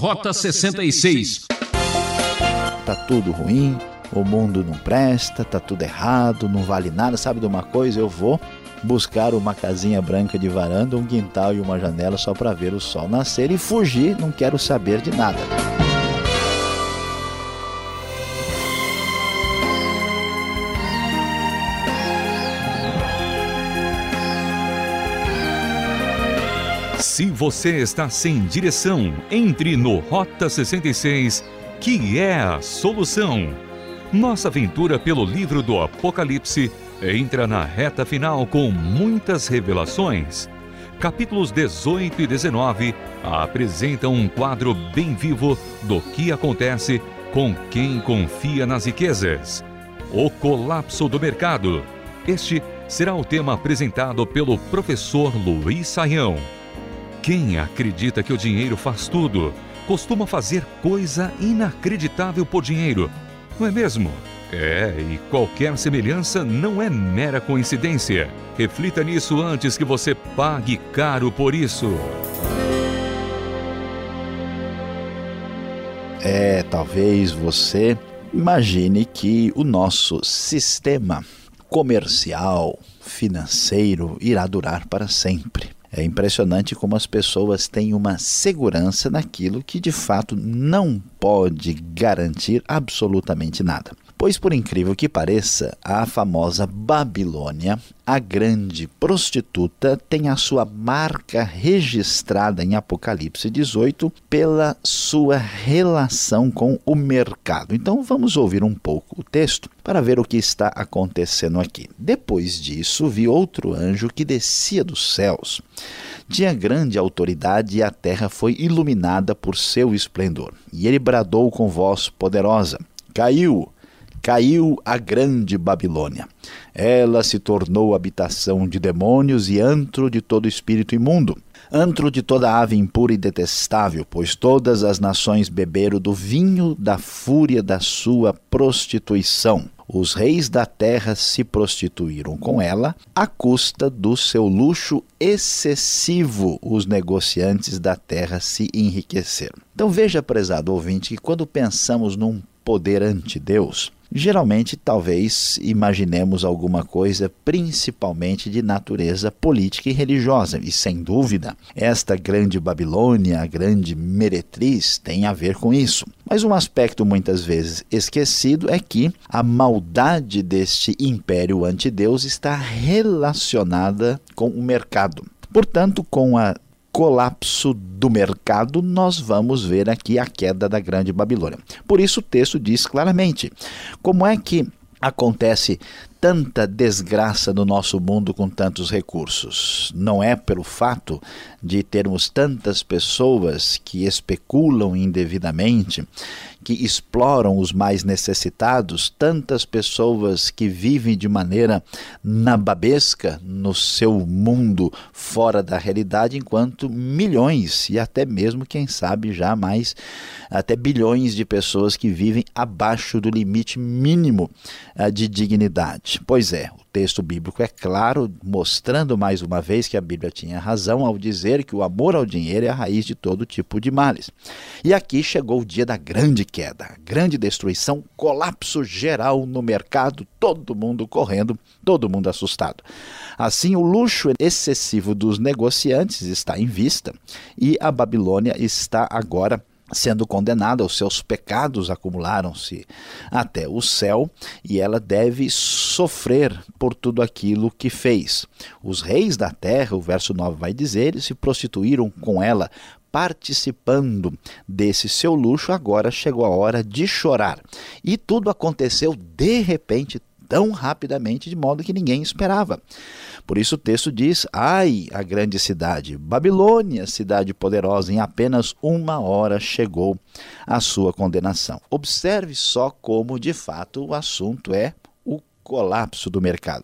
Rota 66. Tá tudo ruim, o mundo não presta, tá tudo errado, não vale nada. Sabe de uma coisa? Eu vou buscar uma casinha branca de varanda, um quintal e uma janela só para ver o sol nascer e fugir, não quero saber de nada. Se você está sem direção, entre no Rota 66, que é a solução. Nossa aventura pelo livro do Apocalipse entra na reta final com muitas revelações. Capítulos 18 e 19 apresentam um quadro bem vivo do que acontece com quem confia nas riquezas. O colapso do mercado. Este será o tema apresentado pelo professor Luiz Saião. Quem acredita que o dinheiro faz tudo, costuma fazer coisa inacreditável por dinheiro, não é mesmo? E qualquer semelhança não é mera coincidência. Reflita nisso antes que você pague caro por isso. Talvez você imagine que o nosso sistema comercial, financeiro, irá durar para sempre. É impressionante como as pessoas têm uma segurança naquilo que de fato não pode garantir absolutamente nada. Pois, por incrível que pareça, a famosa Babilônia, a grande prostituta, tem a sua marca registrada em Apocalipse 18 pela sua relação com o mercado. Então vamos ouvir um pouco o texto para ver o que está acontecendo aqui. Depois disso, vi outro anjo que descia dos céus. Tinha grande autoridade e a terra foi iluminada por seu esplendor. E ele bradou com voz poderosa: Caiu a grande Babilônia. Ela se tornou habitação de demônios e antro de todo espírito imundo, antro de toda ave impura e detestável, pois todas as nações beberam do vinho da fúria da sua prostituição. Os reis da terra se prostituíram com ela à custa do seu luxo excessivo. Os negociantes da terra se enriqueceram. Então veja, prezado ouvinte, que quando pensamos num poder ante Deus, geralmente talvez imaginemos alguma coisa principalmente de natureza política e religiosa. E sem dúvida, esta grande Babilônia, a grande meretriz, tem a ver com isso. Mas um aspecto muitas vezes esquecido é que a maldade deste império ante Deus está relacionada com o mercado. Portanto, com a colapso do mercado, nós vamos ver aqui a queda da grande Babilônia. Por isso o texto diz claramente: como é que acontece tanta desgraça no nosso mundo com tantos recursos? Não é pelo fato de termos tantas pessoas que especulam indevidamente, que exploram os mais necessitados, tantas pessoas que vivem de maneira nababesca no seu mundo fora da realidade, enquanto milhões e até mesmo, quem sabe, já mais, até bilhões de pessoas que vivem abaixo do limite mínimo de dignidade. Pois é, o texto bíblico é claro, mostrando mais uma vez que a Bíblia tinha razão ao dizer que o amor ao dinheiro é a raiz de todo tipo de males. E aqui chegou o dia da grande queda, a grande destruição, colapso geral no mercado, todo mundo correndo, todo mundo assustado. Assim, o luxo excessivo dos negociantes está em vista e a Babilônia está agora sendo condenada. Os seus pecados acumularam-se até o céu e ela deve sofrer por tudo aquilo que fez. Os reis da terra, o verso 9 vai dizer, eles se prostituíram com ela, participando desse seu luxo. Agora chegou a hora de chorar. E tudo aconteceu de repente, tão rapidamente, de modo que ninguém esperava. Por isso o texto diz: ai, a grande cidade, Babilônia, cidade poderosa, em apenas 1 hora chegou a sua condenação. Observe só como, de fato, o assunto é o colapso do mercado.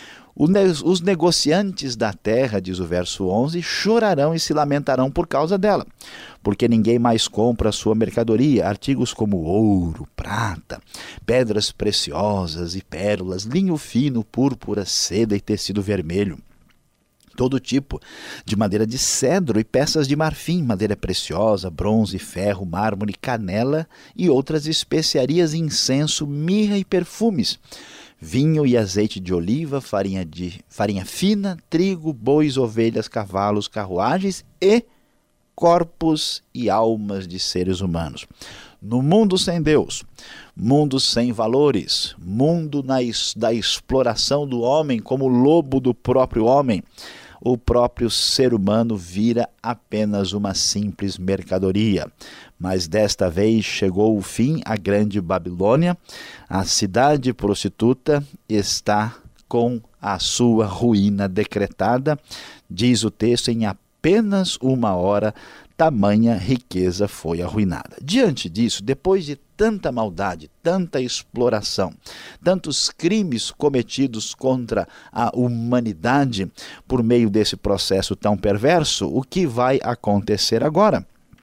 Os negociantes da terra, diz o verso 11, chorarão e se lamentarão por causa dela, porque ninguém mais compra a sua mercadoria, artigos como ouro, prata, pedras preciosas e pérolas, linho fino, púrpura, seda e tecido vermelho. todo tipo de madeira de cedro e peças de marfim, madeira preciosa, bronze, ferro, mármore, canela e outras especiarias, incenso, mirra e perfumes, vinho e azeite de oliva, farinha fina, trigo, bois, ovelhas, cavalos, carruagens e corpos e almas de seres humanos. No mundo sem Deus, mundo sem valores, mundo da exploração do homem como lobo do próprio homem, o próprio ser humano vira apenas uma simples mercadoria. Mas desta vez chegou o fim à grande Babilônia, a cidade prostituta está com a sua ruína decretada, diz o texto, em apenas uma hora, tamanha riqueza foi arruinada. Diante disso, depois de tanta maldade, tanta exploração, tantos crimes cometidos contra a humanidade por meio desse processo tão perverso, o que vai acontecer agora?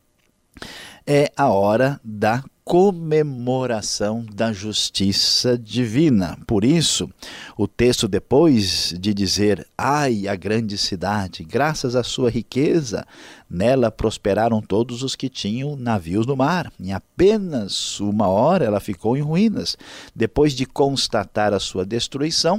É a hora da comemoração da justiça divina. Por isso, o texto, depois de dizer: ai, a grande cidade, graças à sua riqueza, nela prosperaram todos os que tinham navios no mar. Em apenas uma hora ela ficou em ruínas. Depois de constatar a sua destruição,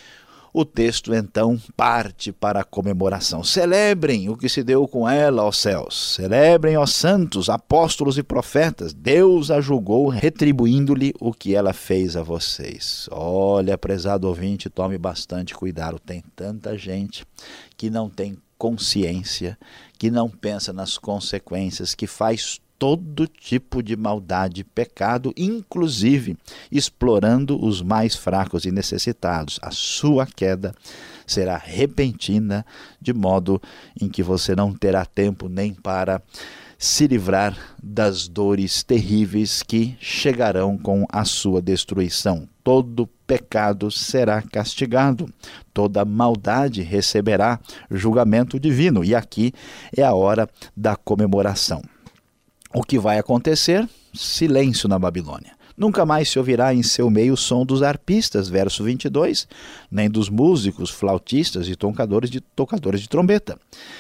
o texto então parte para a comemoração. Celebrem o que se deu com ela, ó céus. Celebrem, ó santos, apóstolos e profetas. Deus a julgou, retribuindo-lhe o que ela fez a vocês. Olha, prezado ouvinte, tome bastante cuidado. Tem tanta gente que não tem consciência, que não pensa nas consequências, que faz todo tipo de maldade e pecado, inclusive explorando os mais fracos e necessitados. A sua queda será repentina, de modo em que você não terá tempo nem para se livrar das dores terríveis que chegarão com a sua destruição. Todo pecado será castigado, toda maldade receberá julgamento divino. E aqui é a hora da comemoração. O que vai acontecer? Silêncio na Babilônia. Nunca mais se ouvirá em seu meio o som dos arpistas, verso 22, nem dos músicos, flautistas e tocadores de trombeta.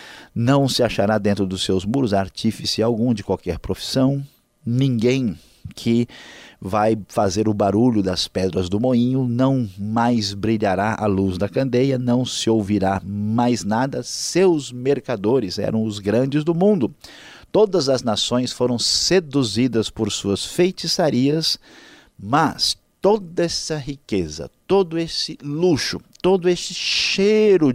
Não se achará dentro dos seus muros artífice algum de qualquer profissão, ninguém que vai fazer o barulho das pedras do moinho, não mais brilhará a luz da candeia, não se ouvirá mais nada. Seus mercadores eram os grandes do mundo. Todas as nações foram seduzidas por suas feitiçarias, mas toda essa riqueza, todo esse luxo, todo esse cheiro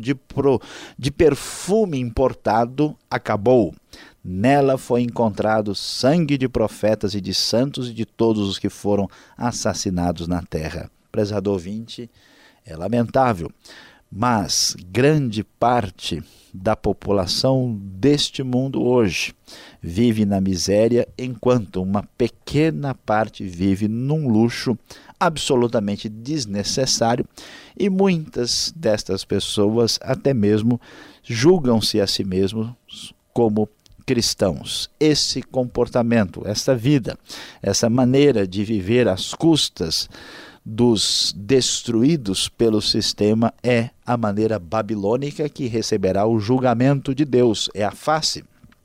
de perfume importado acabou. Nela foi encontrado sangue de profetas e de santos e de todos os que foram assassinados na terra. Prezado ouvinte, é lamentável, mas grande parte da população deste mundo hoje vive na miséria, enquanto uma pequena parte vive num luxo absolutamente desnecessário, e muitas destas pessoas até mesmo julgam-se a si mesmos como cristãos. Esse comportamento, essa vida, essa maneira de viver às custas dos destruídos pelo sistema é a maneira babilônica que receberá o julgamento de Deus. É a face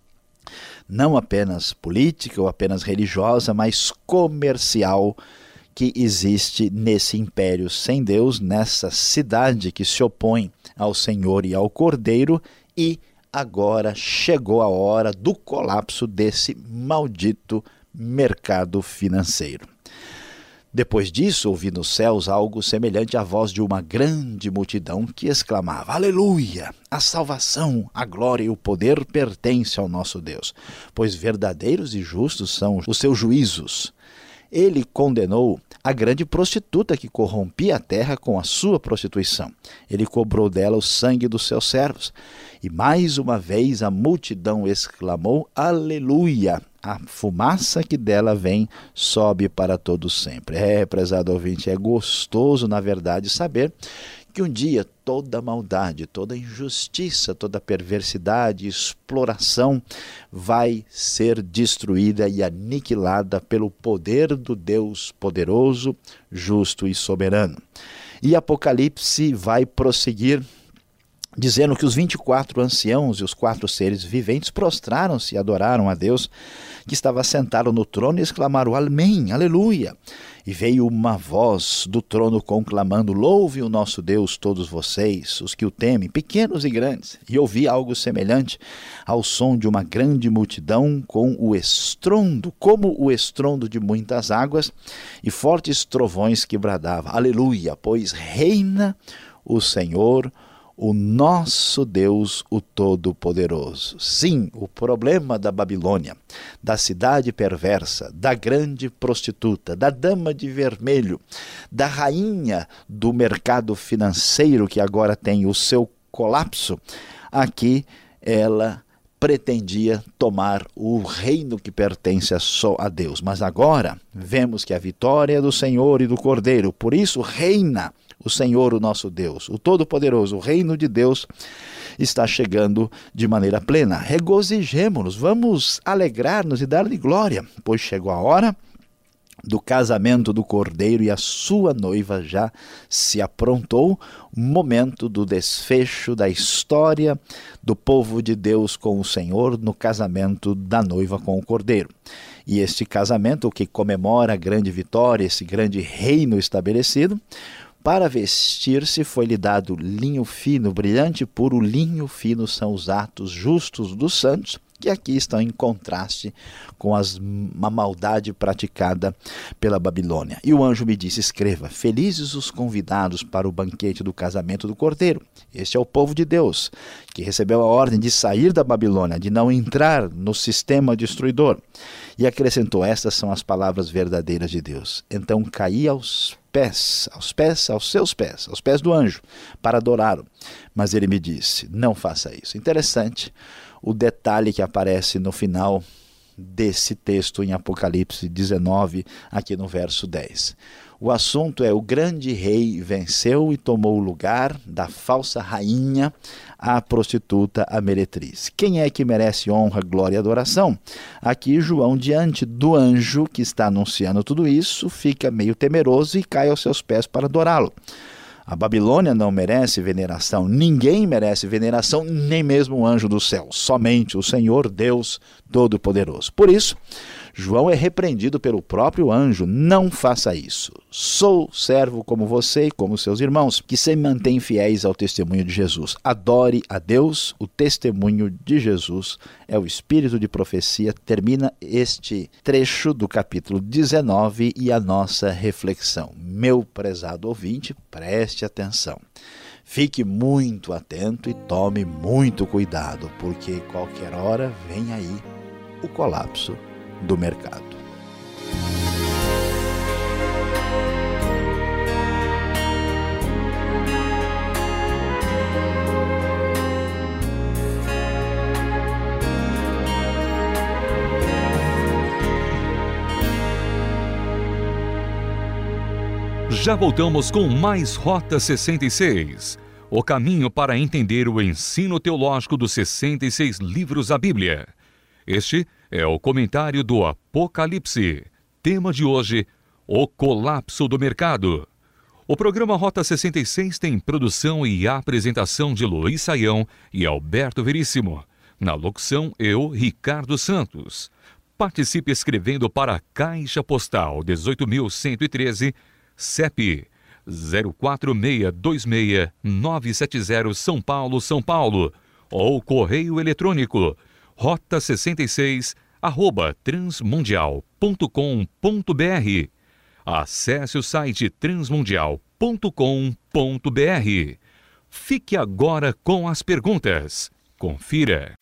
não apenas política ou apenas religiosa, mas comercial que existe nesse império sem Deus, nessa cidade que se opõe ao Senhor e ao Cordeiro, e agora chegou a hora do colapso desse maldito mercado financeiro. Depois disso, ouvi nos céus algo semelhante à voz de uma grande multidão que exclamava: Aleluia! A salvação, a glória e o poder pertencem ao nosso Deus, pois verdadeiros e justos são os seus juízos. Ele condenou a grande prostituta que corrompia a terra com a sua prostituição. Ele cobrou dela o sangue dos seus servos. E mais uma vez a multidão exclamou: Aleluia! A fumaça que dela vem sobe para todo sempre. Prezado ouvinte, é gostoso, na verdade, saber que um dia toda maldade, toda injustiça, toda perversidade, exploração vai ser destruída e aniquilada pelo poder do Deus poderoso, justo e soberano. E Apocalipse vai prosseguir dizendo que os 24 anciãos e os 4 seres viventes prostraram-se e adoraram a Deus, que estava sentado no trono, e exclamaram: Amém, aleluia! E veio uma voz do trono conclamando: Louve o nosso Deus, todos vocês, os que o temem, pequenos e grandes. E ouvi algo semelhante ao som de uma grande multidão, com o estrondo, como o estrondo de muitas águas, e fortes trovões que bradavam: Aleluia! Pois reina o Senhor, o nosso Deus, o Todo-Poderoso. Sim, o problema da Babilônia, da cidade perversa, da grande prostituta, da dama de vermelho, da rainha do mercado financeiro que agora tem o seu colapso, aqui ela pretendia tomar o reino que pertence só a Deus. Mas agora vemos que a vitória é do Senhor e do Cordeiro, por isso reina o Senhor, o nosso Deus, o Todo-Poderoso. O reino de Deus está chegando de maneira plena. Regozijemo-nos, vamos alegrar-nos e dar-lhe glória, pois chegou a hora do casamento do Cordeiro e a sua noiva já se aprontou, o momento do desfecho da história do povo de Deus com o Senhor no casamento da noiva com o Cordeiro. E este casamento, o que comemora a grande vitória, esse grande reino estabelecido, para vestir-se foi-lhe dado linho fino, brilhante e puro. Linho fino são os atos justos dos santos, que aqui estão em contraste com a maldade praticada pela Babilônia. E o anjo me disse: escreva: felizes os convidados para o banquete do casamento do Cordeiro. Este é o povo de Deus, que recebeu a ordem de sair da Babilônia, de não entrar no sistema destruidor. E acrescentou: estas são as palavras verdadeiras de Deus. Então caí aos seus pés, aos pés do anjo, para adorá-lo. Mas ele me disse: não faça isso. Interessante o detalhe que aparece no final desse texto em Apocalipse 19, aqui no verso 10. O assunto é: o grande rei venceu e tomou o lugar da falsa rainha, a prostituta, a meretriz. Quem é que merece honra, glória e adoração? Aqui João, diante do anjo que está anunciando tudo isso, fica meio temeroso e cai aos seus pés para adorá-lo. A Babilônia não merece veneração, ninguém merece veneração, nem mesmo o anjo do céu, somente o Senhor Deus Todo-Poderoso. Por isso, João é repreendido pelo próprio anjo: não faça isso. Sou servo como você e como seus irmãos, que se mantêm fiéis ao testemunho de Jesus. Adore a Deus, o testemunho de Jesus é o espírito de profecia. Termina este trecho do capítulo 19 e a nossa reflexão. Meu prezado ouvinte, preste atenção. Fique muito atento e tome muito cuidado, porque qualquer hora vem aí o colapso do mercado. Já voltamos com mais Rota 66, o caminho para entender o ensino teológico dos 66 livros da Bíblia. Este é o comentário do Apocalipse. Tema de hoje: o colapso do mercado. O programa Rota 66 tem produção e apresentação de Luiz Saião e Alberto Veríssimo. Na locução, eu, Ricardo Santos. Participe escrevendo para a Caixa Postal 18.113, CEP 04626-970 São Paulo, São Paulo, ou correio eletrônico rota66@transmundial.com.br. Acesse o site transmundial.com.br. Fique agora com as perguntas. Confira.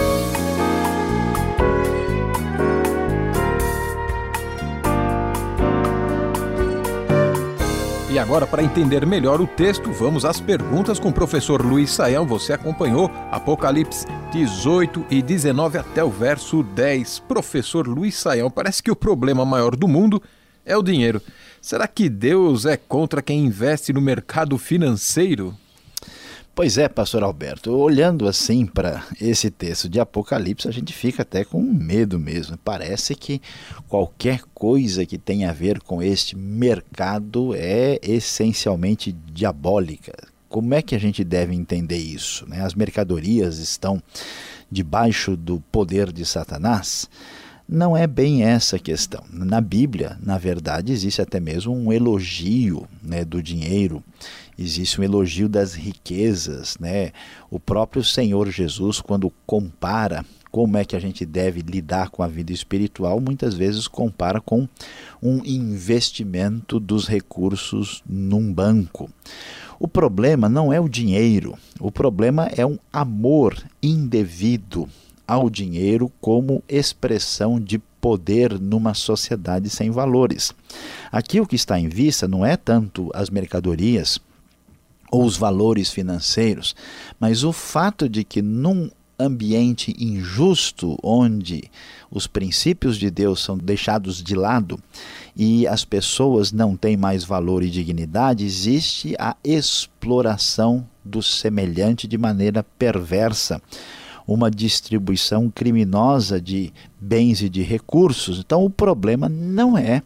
E agora, para entender melhor o texto, vamos às perguntas com o professor Luiz Saião. Você acompanhou Apocalipse 18 e 19 até o verso 10. Professor Luiz Saião, parece que o problema maior do mundo é o dinheiro. Será que Deus é contra quem investe no mercado financeiro? Pois é, pastor Alberto, olhando assim para esse texto de Apocalipse, a gente fica até com medo mesmo. Parece que qualquer coisa que tenha a ver com este mercado é essencialmente diabólica. Como é que a gente deve entender isso, né? As mercadorias estão debaixo do poder de Satanás? Não é bem essa a questão. Na Bíblia, na verdade, existe até mesmo um elogio, né, do dinheiro, existe um elogio das riquezas, né? O próprio Senhor Jesus, quando compara como é que a gente deve lidar com a vida espiritual, muitas vezes compara com um investimento dos recursos num banco. O problema não é o dinheiro, o problema é um amor indevido ao dinheiro como expressão de poder numa sociedade sem valores. Aqui o que está em vista não é tanto as mercadorias ou os valores financeiros, mas o fato de que num ambiente injusto, onde os princípios de Deus são deixados de lado e as pessoas não têm mais valor e dignidade, existe a exploração do semelhante de maneira perversa, uma distribuição criminosa de bens e de recursos. Então o problema não é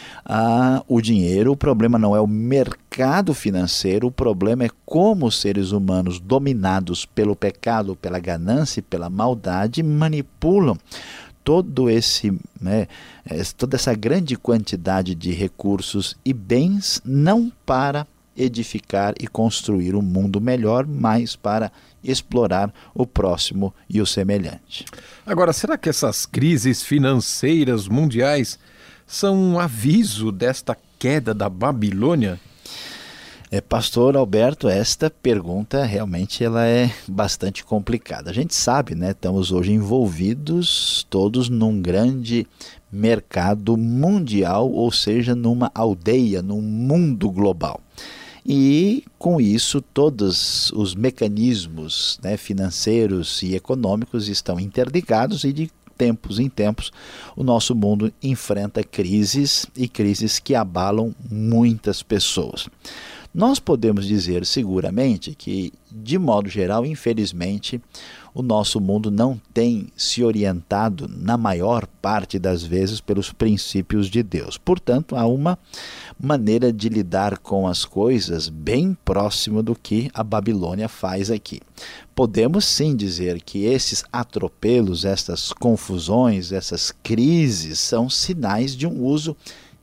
o dinheiro, o problema não é o mercado financeiro, o problema é como os seres humanos, dominados pelo pecado, pela ganância e pela maldade, manipulam toda essa grande quantidade de recursos e bens, não para edificar e construir um mundo melhor, mas para explorar o próximo e o semelhante. Agora, será que essas crises financeiras mundiais são um aviso desta queda da Babilônia? Pastor Alberto, esta pergunta realmente ela é bastante complicada. A gente sabe, né? Estamos hoje envolvidos todos num grande mercado mundial, ou seja, numa aldeia, num mundo global. E com isso todos os mecanismos, né, financeiros e econômicos estão interligados e de tempos em tempos o nosso mundo enfrenta crises e crises que abalam muitas pessoas. Nós podemos dizer seguramente que, de modo geral, infelizmente, o nosso mundo não tem se orientado, na maior parte das vezes, pelos princípios de Deus. Portanto, há uma maneira de lidar com as coisas bem próximo do que a Babilônia faz aqui. Podemos sim dizer que esses atropelos, essas confusões, essas crises são sinais de um uso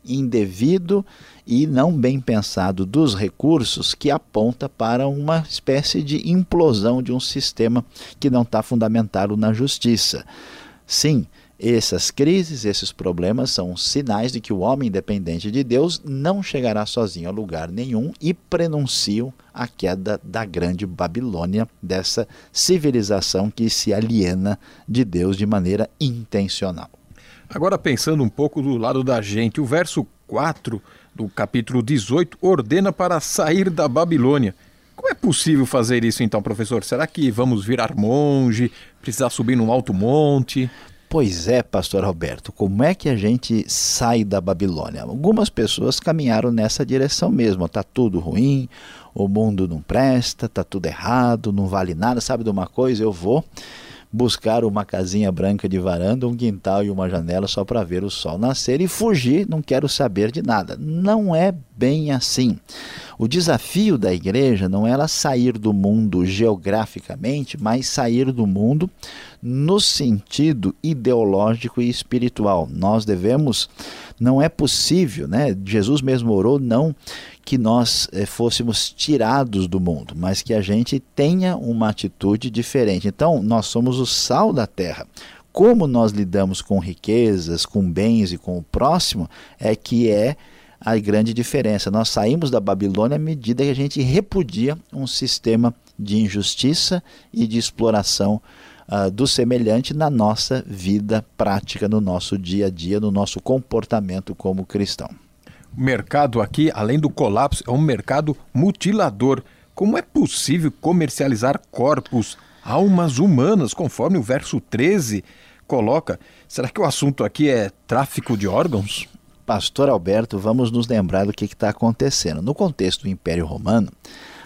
indevido e não bem pensado dos recursos, que aponta para uma espécie de implosão de um sistema que não está fundamentado na justiça. Sim, essas crises, esses problemas são sinais de que o homem independente de Deus não chegará sozinho a lugar nenhum e prenunciam a queda da grande Babilônia, dessa civilização que se aliena de Deus de maneira intencional. Agora, pensando um pouco do lado da gente, o verso 4 do capítulo 18 ordena para sair da Babilônia. Como é possível fazer isso então, professor? Será que vamos virar monge, precisar subir num alto monte? Pois é, pastor Alberto, como é que a gente sai da Babilônia? Algumas pessoas caminharam nessa direção mesmo. Está tudo ruim, o mundo não presta, está tudo errado, não vale nada. Sabe de uma coisa? Eu vou buscar uma casinha branca de varanda, um quintal e uma janela só para ver o sol nascer e fugir, não quero saber de nada. Não é bem assim. O desafio da igreja não é ela sair do mundo geograficamente, mas sair do mundo no sentido ideológico e espiritual. Nós devemos, não é possível, né? Jesus mesmo orou, não que nós fôssemos tirados do mundo, mas que a gente tenha uma atitude diferente. Então, nós somos o sal da terra. Como nós lidamos com riquezas, com bens e com o próximo, é que é a grande diferença. Nós saímos da Babilônia à medida que a gente repudia um sistema de injustiça e de exploração do semelhante na nossa vida prática, no nosso dia a dia, no nosso comportamento como cristão. O mercado aqui, além do colapso, é um mercado mutilador. Como é possível comercializar corpos, almas humanas, conforme o verso 13 coloca? Será que o assunto aqui é tráfico de órgãos? Pastor Alberto, vamos nos lembrar do que está acontecendo. No contexto do Império Romano,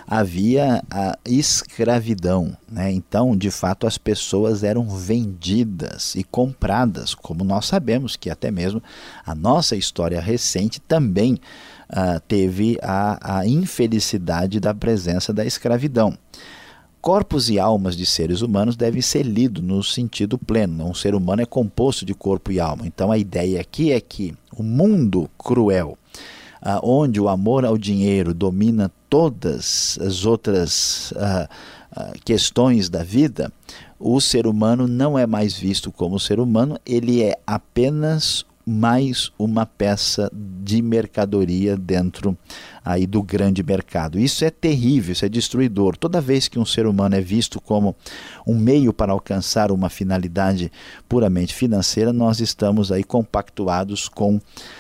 havia a escravidão, né? Então, de fato, as pessoas eram vendidas e compradas, como nós sabemos que até mesmo a nossa história recente também teve a infelicidade da presença da escravidão. Corpos e almas de seres humanos devem ser lidos no sentido pleno. Um ser humano é composto de corpo e alma. Então a ideia aqui é que o mundo cruel, onde o amor ao dinheiro domina todas as outras questões da vida, o ser humano não é mais visto como ser humano, ele é apenas mais uma peça de mercadoria dentro aí do grande mercado. Isso é terrível, isso é destruidor. Toda vez que um ser humano é visto como um meio para alcançar uma finalidade puramente financeira, nós estamos aí compactuados com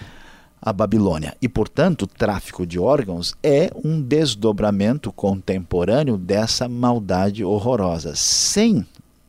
a Babilônia. E, portanto, o tráfico de órgãos é um desdobramento contemporâneo dessa maldade horrorosa. Sem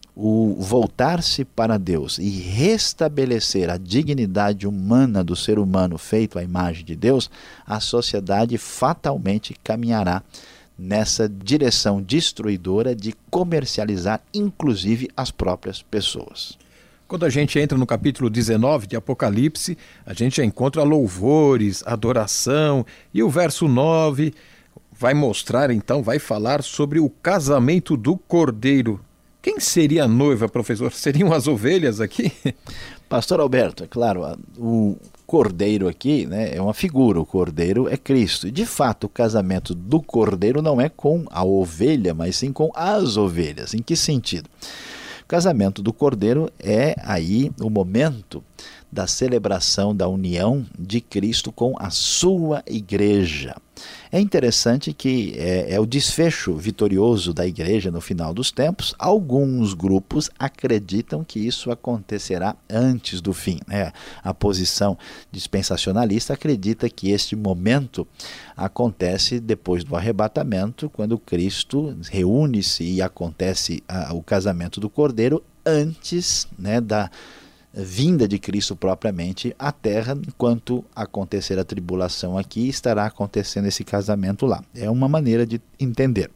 o voltar-se para Deus e restabelecer a dignidade humana do ser humano feito à imagem de Deus, a sociedade fatalmente caminhará nessa direção destruidora de comercializar, inclusive, as próprias pessoas. Quando a gente entra no capítulo 19 de Apocalipse, a gente já encontra louvores, adoração, e o verso 9 vai mostrar, então, vai falar sobre o casamento do Cordeiro. Quem seria a noiva, professor? Seriam as ovelhas aqui? Pastor Alberto, é claro, o cordeiro aqui, né, é uma figura, o cordeiro é Cristo. E de fato, o casamento do cordeiro não é com a ovelha, mas sim com as ovelhas. Em que sentido? O casamento do cordeiro é aí o momento da celebração da união de Cristo com a sua igreja. É interessante que é o desfecho vitorioso da igreja no final dos tempos. Alguns grupos acreditam que isso acontecerá antes do fim, né? A posição dispensacionalista acredita que este momento acontece depois do arrebatamento, quando Cristo reúne-se e acontece o casamento do Cordeiro antes, né, da vinda de Cristo propriamente à terra. Enquanto acontecer a tribulação aqui, estará acontecendo esse casamento lá. É uma maneira de entender.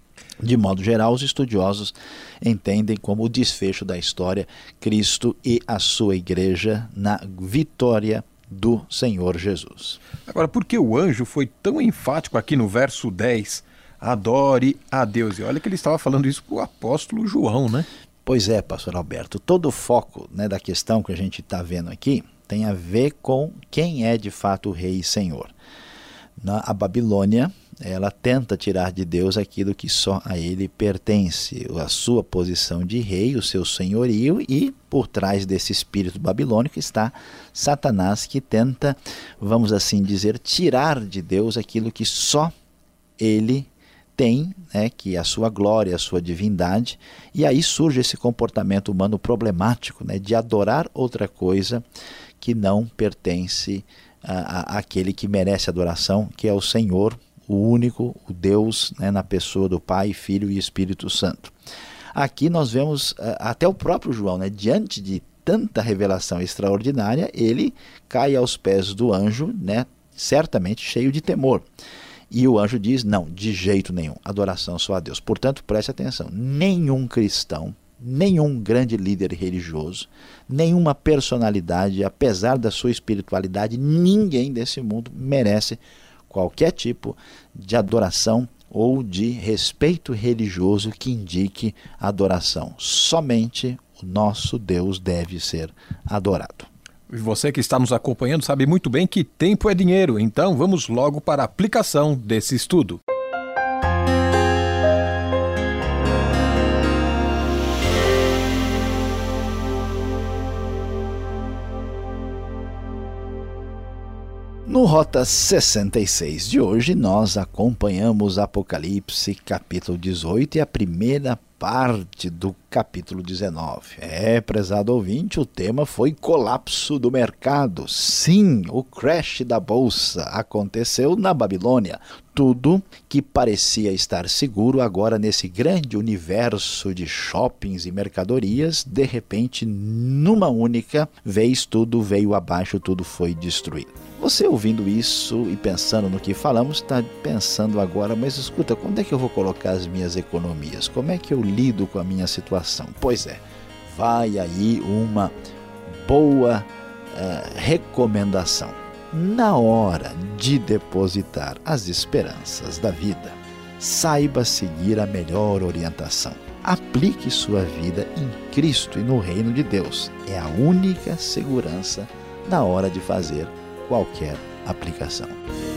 De modo geral, os estudiosos entendem como o desfecho da história Cristo e a sua igreja na vitória do Senhor Jesus. Agora, por que o anjo foi tão enfático aqui no verso 10? Adore a Deus. E olha que ele estava falando isso para o apóstolo João, né? Pois é, pastor Alberto, todo o foco, né, da questão que a gente está vendo aqui tem a ver com quem é de fato o rei e senhor. A Babilônia, ela tenta tirar de Deus aquilo que só a ele pertence, a sua posição de rei, o seu senhorio, e por trás desse espírito babilônico está Satanás, que tenta, vamos assim dizer, tirar de Deus aquilo que só ele tem, né, que é a sua glória, a sua divindade, e aí surge esse comportamento humano problemático, né, de adorar outra coisa que não pertence àquele que merece adoração, que é o Senhor, o único, o Deus, né, na pessoa do Pai, Filho e Espírito Santo. Aqui nós vemos até o próprio João, né, diante de tanta revelação extraordinária, ele cai aos pés do anjo, né, certamente cheio de temor. E o anjo diz, não, de jeito nenhum, adoração só a Deus. Portanto, preste atenção, nenhum cristão, nenhum grande líder religioso, nenhuma personalidade, apesar da sua espiritualidade, ninguém desse mundo merece qualquer tipo de adoração ou de respeito religioso que indique adoração. Somente o nosso Deus deve ser adorado. E você que está nos acompanhando sabe muito bem que tempo é dinheiro, então vamos logo para a aplicação desse estudo. No Rota 66 de hoje, nós acompanhamos Apocalipse capítulo 18 e a primeira parte do capítulo 19. Prezado ouvinte, o tema foi colapso do mercado. Sim, o crash da bolsa aconteceu na Babilônia. Tudo que parecia estar seguro agora nesse grande universo de shoppings e mercadorias, de repente, numa única vez, tudo veio abaixo, tudo foi destruído. Você ouvindo isso e pensando no que falamos, está pensando agora, mas escuta, quando é que eu vou colocar as minhas economias? Como é que eu lido com a minha situação? Pois é, vai aí uma boa recomendação. Na hora de depositar as esperanças da vida, saiba seguir a melhor orientação. Aplique sua vida em Cristo e no reino de Deus. É a única segurança na hora de fazer qualquer aplicação.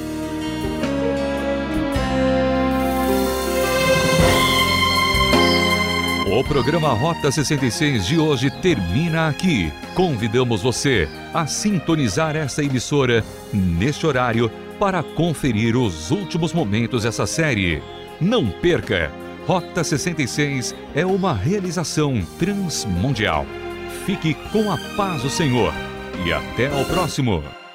O programa Rota 66 de hoje termina aqui. Convidamos você a sintonizar essa emissora neste horário para conferir os últimos momentos dessa série. Não perca! Rota 66 é uma realização transmundial. Fique com a paz do Senhor e até ao próximo.